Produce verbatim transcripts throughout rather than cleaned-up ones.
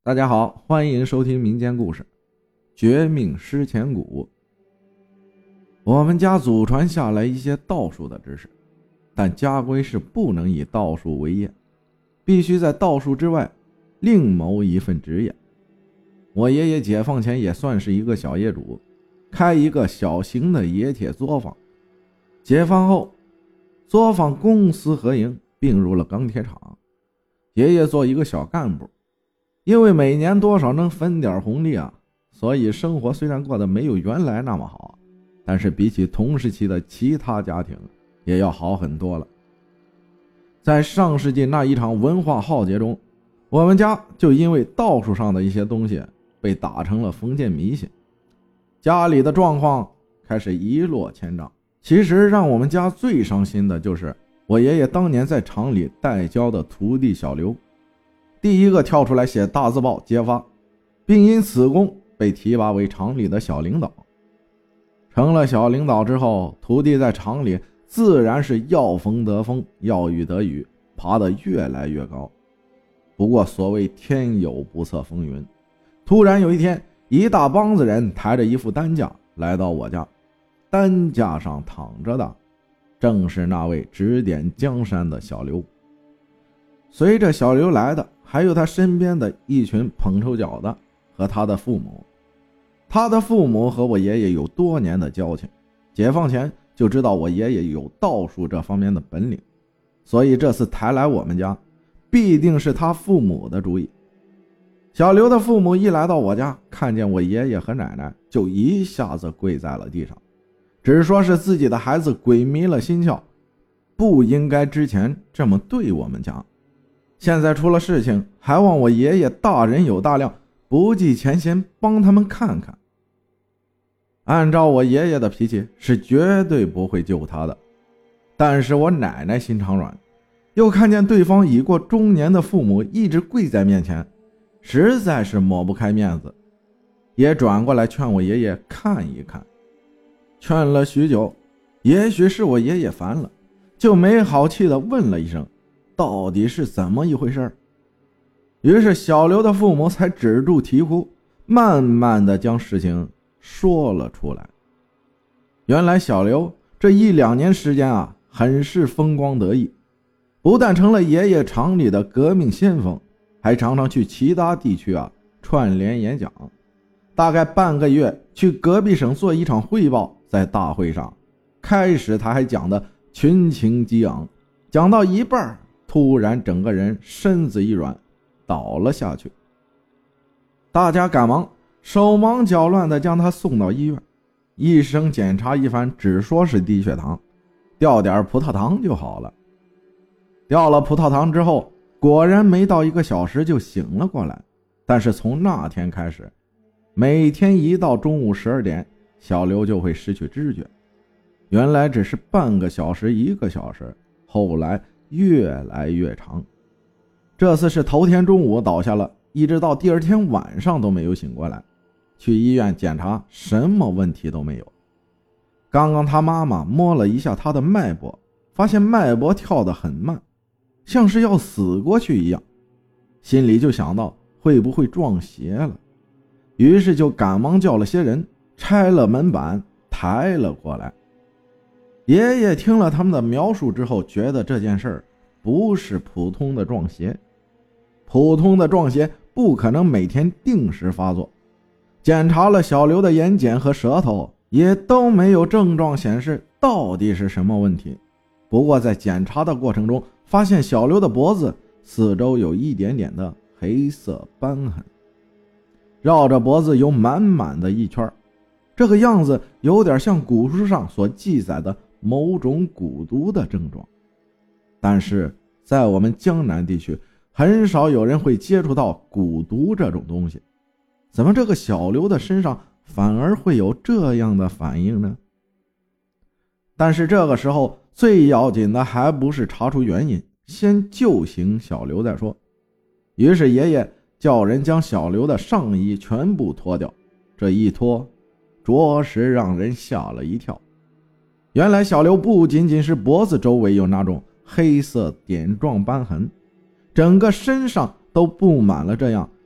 大家好，欢迎收听民间故事《绝命尸前骨》。我们家祖传下来一些道术的知识，但家规是不能以道术为业，必须在道术之外另谋一份职业。我爷爷解放前也算是一个小业主，开一个小型的冶铁作坊。解放后，作坊公私合营，并入了钢铁厂。爷爷做一个小干部，因为每年多少能分点红利啊，所以生活虽然过得没有原来那么好，但是比起同时期的其他家庭也要好很多了。在上世纪那一场文化浩劫中，我们家就因为道术上的一些东西被打成了封建迷信，家里的状况开始一落千丈。其实让我们家最伤心的就是我爷爷当年在厂里代教的徒弟小刘，第一个跳出来写大字报揭发，并因此功被提拔为厂里的小领导。成了小领导之后，徒弟在厂里自然是要风得风，要雨得雨，爬得越来越高。不过所谓天有不测风云，突然有一天，一大帮子人抬着一副担架来到我家，担架上躺着的正是那位指点江山的小刘。随着小刘来的还有他身边的一群捧臭脚的和他的父母。他的父母和我爷爷有多年的交情，解放前就知道我爷爷有道术这方面的本领，所以这次抬来我们家必定是他父母的主意。小刘的父母一来到我家，看见我爷爷和奶奶就一下子跪在了地上，只说是自己的孩子鬼迷了心窍，不应该之前这么对我们家，现在出了事情还望我爷爷大人有大量，不计前嫌帮他们看看。按照我爷爷的脾气是绝对不会救他的，但是我奶奶心肠软，又看见对方已过中年的父母一直跪在面前，实在是抹不开面子，也转过来劝我爷爷看一看。劝了许久，也许是我爷爷烦了，就没好气地问了一声，到底是怎么一回事？于是小刘的父母才止住啼哭，慢慢地将事情说了出来。原来小刘这一两年时间啊，很是风光得意，不但成了爷爷厂里的革命先锋，还常常去其他地区啊串联演讲。大概半个月去隔壁省做一场汇报，在大会上开始他还讲得群情激昂，讲到一半突然整个人身子一软倒了下去。大家赶忙手忙脚乱地将他送到医院，医生检查一番，只说是低血糖，吊点葡萄糖就好了。吊了葡萄糖之后，果然没到一个小时就醒了过来，但是从那天开始，每天一到中午十二点，小刘就会失去知觉。原来只是半个小时一个小时，后来越来越长。这次是头天中午倒下了，一直到第二天晚上都没有醒过来。去医院检查，什么问题都没有。刚刚他妈妈摸了一下他的脉搏，发现脉搏跳得很慢，像是要死过去一样，心里就想到会不会撞邪了，于是就赶忙叫了些人，拆了门板抬了过来。爷爷听了他们的描述之后，觉得这件事儿不是普通的撞邪，普通的撞邪不可能每天定时发作。检查了小刘的眼睑和舌头，也都没有症状显示到底是什么问题。不过在检查的过程中，发现小刘的脖子四周有一点点的黑色斑痕，绕着脖子有满满的一圈，这个样子有点像古书上所记载的某种蛊毒的症状。但是在我们江南地区，很少有人会接触到蛊毒这种东西，怎么这个小刘的身上反而会有这样的反应呢？但是这个时候最要紧的还不是查出原因，先救醒小刘再说。于是爷爷叫人将小刘的上衣全部脱掉，这一脱着实让人吓了一跳。原来小刘不仅仅是脖子周围有那种黑色点状斑痕，整个身上都布满了这样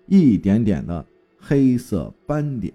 一点点的黑色斑点。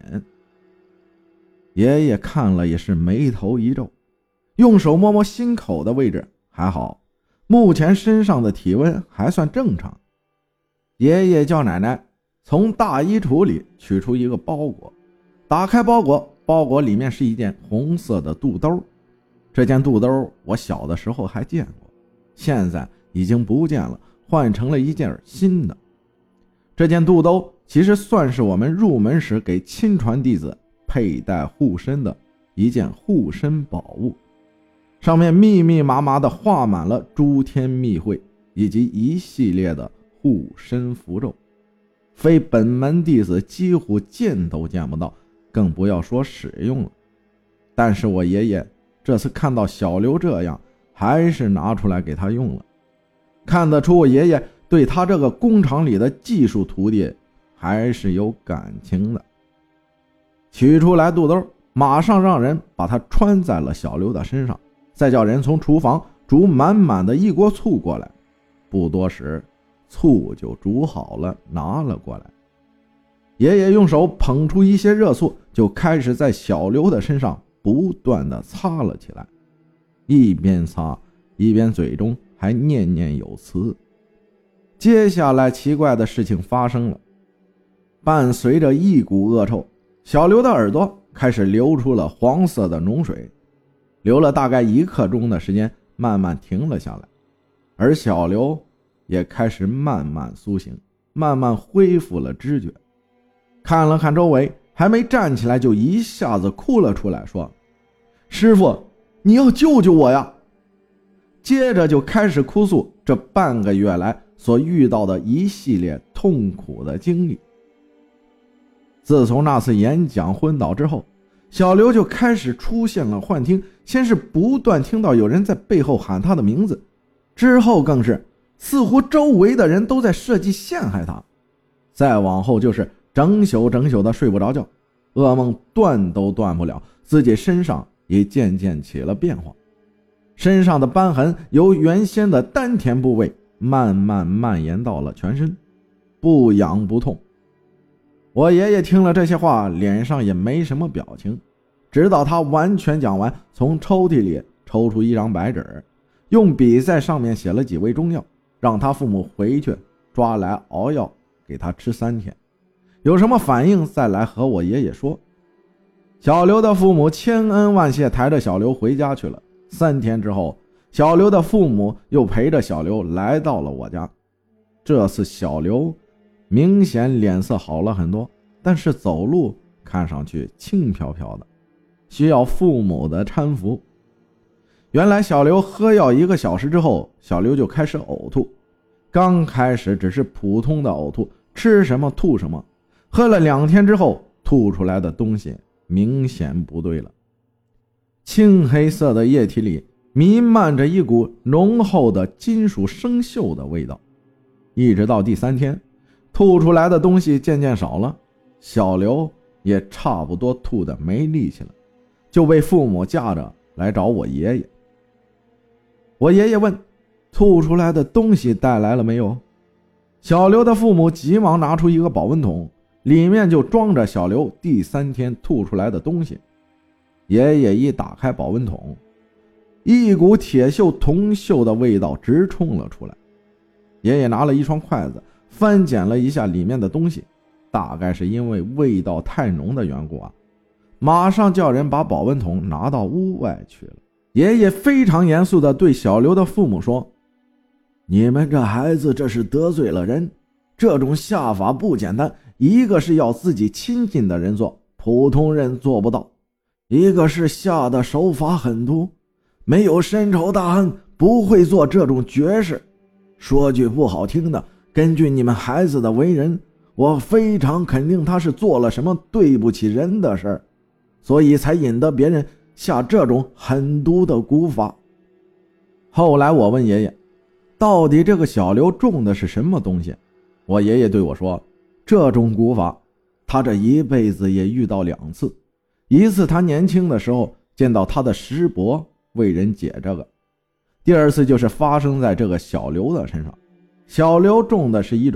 爷爷看了也是眉头一皱，用手摸摸心口的位置，还好，目前身上的体温还算正常。爷爷叫奶奶从大衣橱里取出一个包裹，打开包裹，包裹里面是一件红色的肚兜。这件肚兜我小的时候还见过，现在已经不见了，换成了一件新的。这件肚兜其实算是我们入门时给亲传弟子佩戴护身的一件护身宝物，上面密密麻麻地画满了诸天密会以及一系列的护身符咒，非本门弟子几乎见都见不到，更不要说使用了。但是我爷爷这次看到小刘这样，还是拿出来给他用了。看得出我爷爷对他这个工厂里的技术徒弟还是有感情的。取出来肚兜，马上让人把它穿在了小刘的身上，再叫人从厨房煮满满的一锅醋过来。不多时，醋就煮好了，拿了过来。爷爷用手捧出一些热醋，就开始在小刘的身上不断地擦了起来，一边擦一边嘴中还念念有词。接下来奇怪的事情发生了，伴随着一股恶臭，小刘的耳朵开始流出了黄色的脓水，流了大概一刻钟的时间，慢慢停了下来，而小刘也开始慢慢苏醒，慢慢恢复了知觉。看了看周围，还没站起来就一下子哭了出来，说：师傅，你要救救我呀！接着就开始哭诉这半个月来所遇到的一系列痛苦的经历。自从那次演讲昏倒之后，小刘就开始出现了幻听，先是不断听到有人在背后喊他的名字，之后更是似乎周围的人都在设计陷害他，再往后就是整宿整宿的睡不着觉，噩梦断都断不了，自己身上也渐渐起了变化，身上的斑痕由原先的丹田部位慢慢蔓延到了全身，不痒不痛。我爷爷听了这些话，脸上也没什么表情，直到他完全讲完，从抽屉里抽出一张白纸，用笔在上面写了几味中药，让他父母回去抓来熬药给他吃三天，有什么反应再来和我爷爷说。小刘的父母千恩万谢，抬着小刘回家去了。三天之后，小刘的父母又陪着小刘来到了我家。这次小刘明显脸色好了很多，但是走路看上去轻飘飘的，需要父母的搀扶。原来小刘喝药一个小时之后，小刘就开始呕吐，刚开始只是普通的呕吐，吃什么吐什么，喝了两天之后，吐出来的东西明显不对了。青黑色的液体里弥漫着一股浓厚的金属生锈的味道，一直到第三天，吐出来的东西渐渐少了，小刘也差不多吐得没力气了，就被父母架着来找我爷爷。我爷爷问：吐出来的东西带来了没有？小刘的父母急忙拿出一个保温桶，里面就装着小刘第三天吐出来的东西。爷爷一打开保温桶，一股铁锈铜锈的味道直冲了出来。爷爷拿了一双筷子翻检了一下里面的东西，大概是因为味道太浓的缘故啊，马上叫人把保温桶拿到屋外去了。爷爷非常严肃地对小刘的父母说：你们这孩子这是得罪了人，这种下法不简单，一个是要自己亲近的人做，普通人做不到，一个是下的手法狠毒，没有深仇大恨不会做这种绝事。说句不好听的，根据你们孩子的为人，我非常肯定他是做了什么对不起人的事儿，所以才引得别人下这种狠毒的蛊法。后来我问爷爷，到底这个小刘中的是什么东西？我爷爷对我说，这种蛊法他这一辈子也遇到两次，一次他年轻的时候见到他的师伯为人解这个，第二次就是发生在这个小刘的身上。小刘中的是一种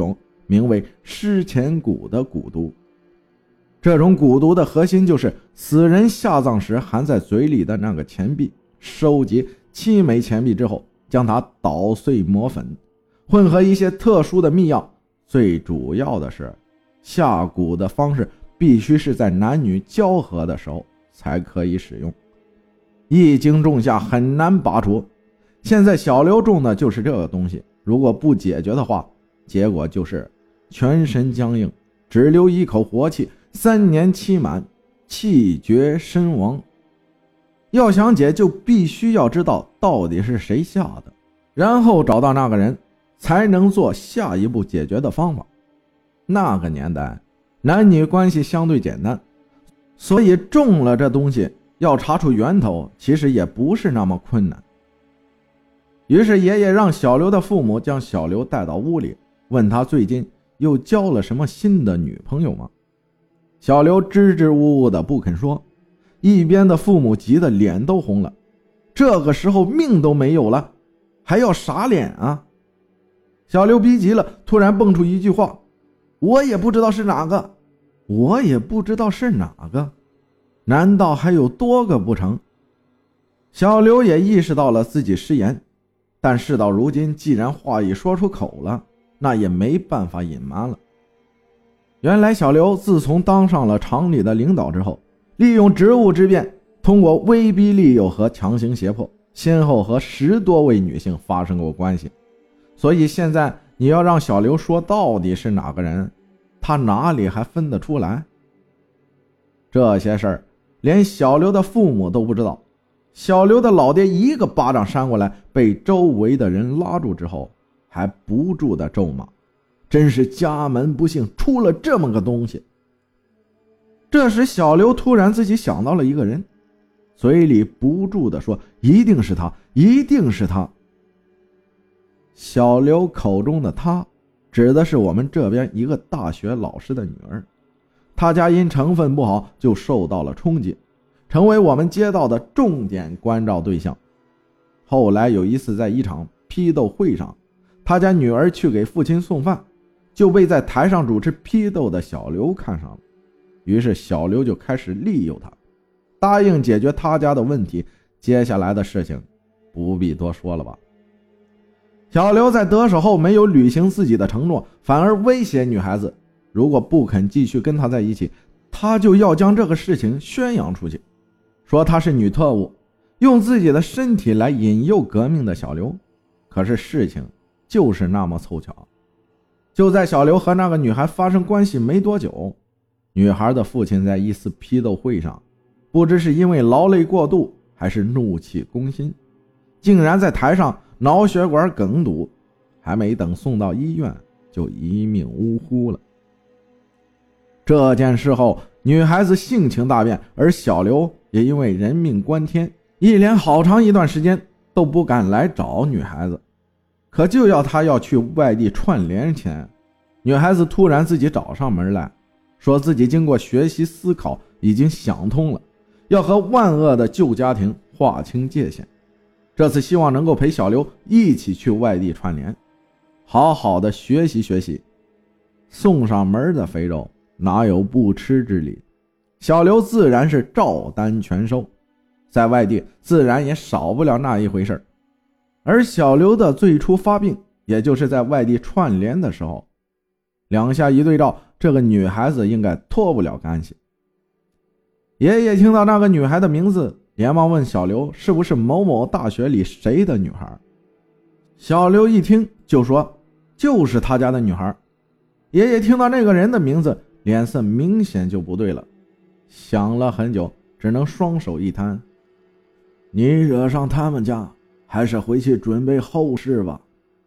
名为尸钱蛊的蛊毒。这种蛊毒的核心就是死人下葬时含在嘴里的那个钱币，收集七枚钱币之后，将它捣碎磨粉，混合一些特殊的秘药。最主要的是，下蛊的方式必须是在男女交合的时候才可以使用，一经种下很难拔除。现在小刘种的就是这个东西，如果不解决的话，结果就是全身僵硬，只留一口活气，三年期满，气绝身亡。要想解，就必须要知道到底是谁下的，然后找到那个人，才能做下一步解决的方法。那个年代男女关系相对简单，所以中了这东西要查出源头其实也不是那么困难。于是爷爷让小刘的父母将小刘带到屋里，问他最近又交了什么新的女朋友吗？小刘支支吾吾的不肯说，一边的父母急得脸都红了，这个时候命都没有了，还要傻脸啊？小刘逼急了，突然蹦出一句话，我也不知道是哪个，我也不知道是哪个，难道还有多个不成？小刘也意识到了自己失言，但事到如今，既然话已说出口了，那也没办法隐瞒了。原来小刘自从当上了厂里的领导之后，利用职务之便，通过威逼利诱和强行胁迫，先后和十多位女性发生过关系。所以现在你要让小刘说到底是哪个人，他哪里还分得出来？这些事儿连小刘的父母都不知道。小刘的老爹一个巴掌扇过来，被周围的人拉住之后，还不住的咒骂，真是家门不幸，出了这么个东西。这时小刘突然自己想到了一个人，嘴里不住的说，一定是他，一定是他。小刘口中的他指的是我们这边一个大学老师的女儿，她家因成分不好就受到了冲击，成为我们街道的重点关照对象。后来有一次在一场批斗会上，他家女儿去给父亲送饭，就被在台上主持批斗的小刘看上了，于是小刘就开始利诱他，答应解决他家的问题。接下来的事情不必多说了吧。小刘在得手后没有履行自己的承诺，反而威胁女孩子，如果不肯继续跟他在一起，他就要将这个事情宣扬出去，说他是女特务，用自己的身体来引诱革命的小刘。可是事情就是那么凑巧，就在小刘和那个女孩发生关系没多久，女孩的父亲在一次批斗会上，不知是因为劳累过度还是怒气攻心，竟然在台上脑血管梗堵，还没等送到医院就一命呜呼了。这件事后，女孩子性情大变，而小刘也因为人命关天，一连好长一段时间都不敢来找女孩子。可就要他要去外地串联前，女孩子突然自己找上门来，说自己经过学习思考，已经想通了，要和万恶的旧家庭划清界限。这次希望能够陪小刘一起去外地串联，好好的学习学习。送上门的肥肉哪有不吃之理，小刘自然是照单全收，在外地自然也少不了那一回事。而小刘的最初发病也就是在外地串联的时候，两下一对照，这个女孩子应该脱不了干系。爷爷听到那个女孩的名字，连忙问小刘是不是某某大学里谁的女孩。小刘一听就说就是他家的女孩。爷爷听到那个人的名字，脸色明显就不对了，想了很久，只能双手一摊，你惹上他们家，还是回去准备后事吧。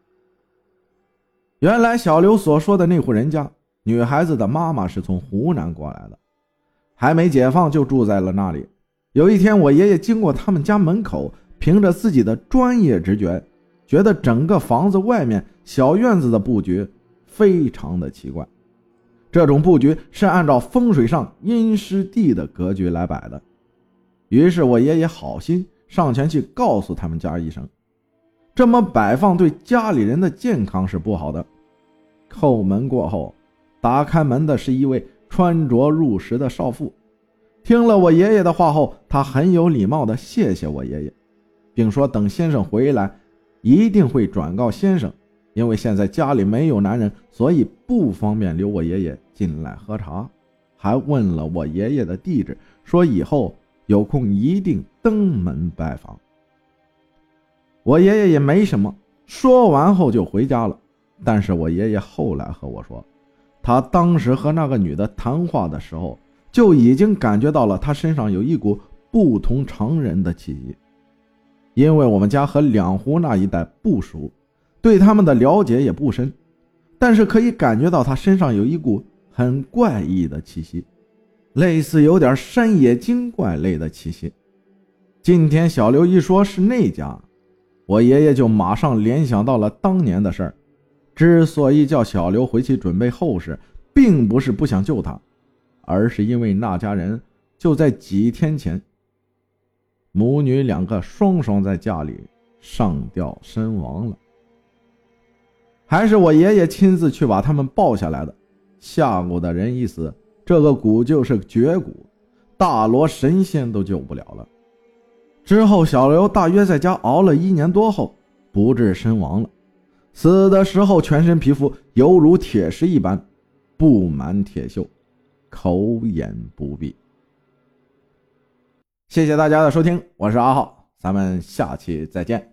原来小刘所说的那户人家，女孩子的妈妈是从湖南过来的，还没解放就住在了那里。有一天我爷爷经过他们家门口，凭着自己的专业直觉，觉得整个房子外面小院子的布局非常的奇怪。这种布局是按照风水上阴湿地的格局来摆的。于是我爷爷好心上前去告诉他们家一声，这么摆放对家里人的健康是不好的。 叩门过后，打开门的是一位穿着入时的少妇。听了我爷爷的话后，她很有礼貌地谢谢我爷爷，并说等先生回来一定会转告先生，因为现在家里没有男人，所以不方便留我爷爷进来喝茶。还问了我爷爷的地址，说以后有空一定登门拜访。我爷爷也没什么，说完后就回家了。但是我爷爷后来和我说，他当时和那个女的谈话的时候，就已经感觉到了她身上有一股不同常人的气息。因为我们家和两湖那一带不熟，对他们的了解也不深，但是可以感觉到她身上有一股很怪异的气息，类似有点山野精怪类的气息。今天小刘一说是那家，我爷爷就马上联想到了当年的事儿。之所以叫小刘回去准备后事，并不是不想救他，而是因为那家人就在几天前，母女两个双双在家里上吊身亡了。还是我爷爷亲自去把他们抱下来的。下蛊的人一死，这个蛊就是绝蛊，大罗神仙都救不了了。之后小刘大约在家熬了一年多后不治身亡了。死的时候全身皮肤犹如铁石一般，布满铁锈，口眼不闭。谢谢大家的收听，我是阿浩，咱们下期再见。